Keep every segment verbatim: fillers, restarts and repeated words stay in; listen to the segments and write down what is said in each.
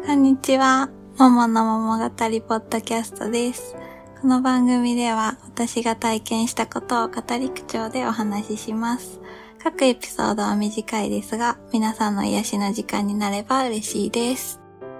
こんにちは。ももの桃語りポッドキャストです。この番組では私が体験したことを語り口調でお話しします。各エピソードは短いですが、皆さんの癒しの時間になれば嬉しいです。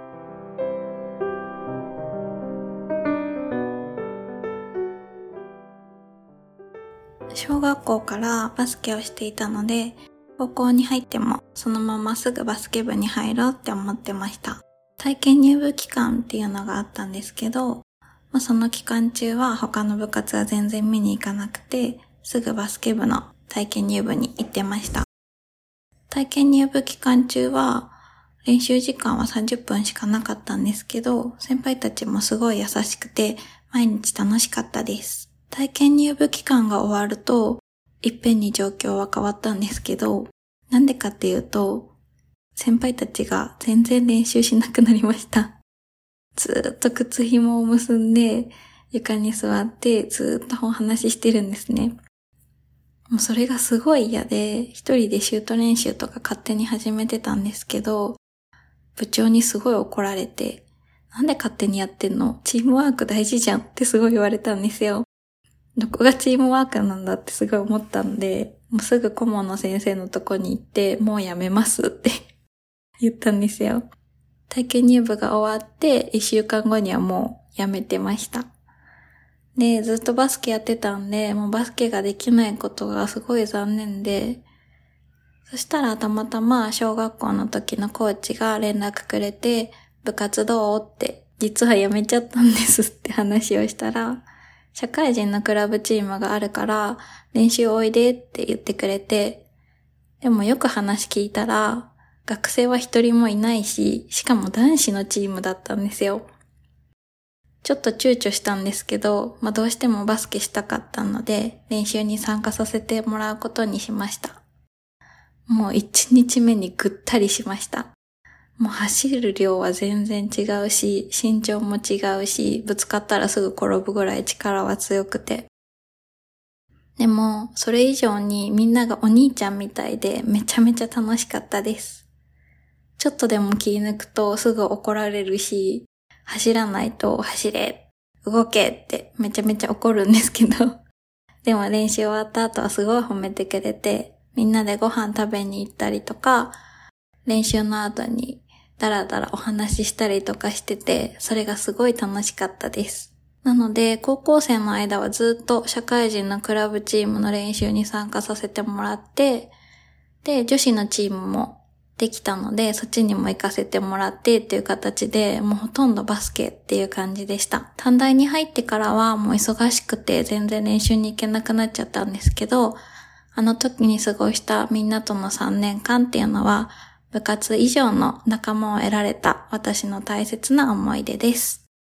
小学校からバスケをしていたので、高校に入ってもそのまますぐバスケ部に入ろうって思ってました。体験入部期間っていうのがあったんですけど、まあ、その期間中は他の部活は全然見に行かなくて、すぐバスケ部の体験入部に行ってました。体験入部期間中は練習時間はさんじゅっぷんしかなかったんですけど、先輩たちもすごい優しくて毎日楽しかったです。体験入部期間が終わると、いっぺんに状況は変わったんですけど、なんでかっていうと、先輩たちが全然練習しなくなりました。ずーっと靴紐を結んで床に座ってずーっとお話ししてるんですね。もうそれがすごい嫌で、一人でシュート練習とか勝手に始めてたんですけど、部長にすごい怒られて、なんで勝手にやってんの？チームワーク大事じゃんってすごい言われたんですよ。どこがチームワークなんだってすごい思ったんで、もうすぐ顧問の先生のとこに行って、もうやめますって言ったんですよ。体験入部が終わっていっしゅうかんごにはもうやめてました。で、ずっとバスケやってたんで、もうバスケができないことがすごい残念で、そしたらたまたま小学校の時のコーチが連絡くれて、部活どうって、実はやめちゃったんですって話をしたら、社会人のクラブチームがあるから練習おいでって言ってくれて、でもよく話聞いたら、学生は一人もいないし、しかも男子のチームだったんですよ。ちょっと躊躇したんですけど、まあ、どうしてもバスケしたかったので、練習に参加させてもらうことにしました。もう一日目にぐったりしました。もう走る量は全然違うし、身長も違うし、ぶつかったらすぐ転ぶぐらい力は強くて。でも、それ以上にみんながお兄ちゃんみたいでめちゃめちゃ楽しかったです。ちょっとでも気抜くとすぐ怒られるし、走らないと走れ、動けってめちゃめちゃ怒るんですけど。でも練習終わった後はすごい褒めてくれて、みんなでご飯食べに行ったりとか、練習の後にだらだらお話ししたりとかしてて、それがすごい楽しかったです。なので、高校生の間はずっと社会人のクラブチームの練習に参加させてもらって、で、女子のチームもできたので、そっちにも行かせてもらってっていう形で、もうほとんどバスケっていう感じでした。短大に入ってからはもう忙しくて全然練習に行けなくなっちゃったんですけど、あの時に過ごしたみんなとのさんねんかんっていうのは、部活以上の仲間を得られた私の大切な思い出です。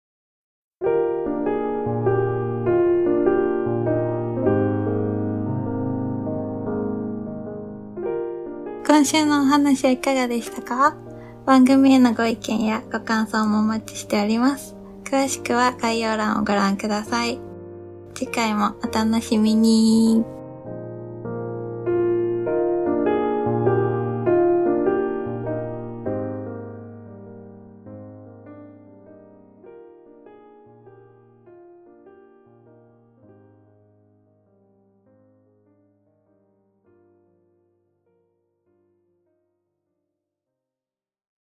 今週のお話はいかがでしたか？番組へのご意見やご感想もお待ちしております。詳しくは概要欄をご覧ください。次回もお楽しみに。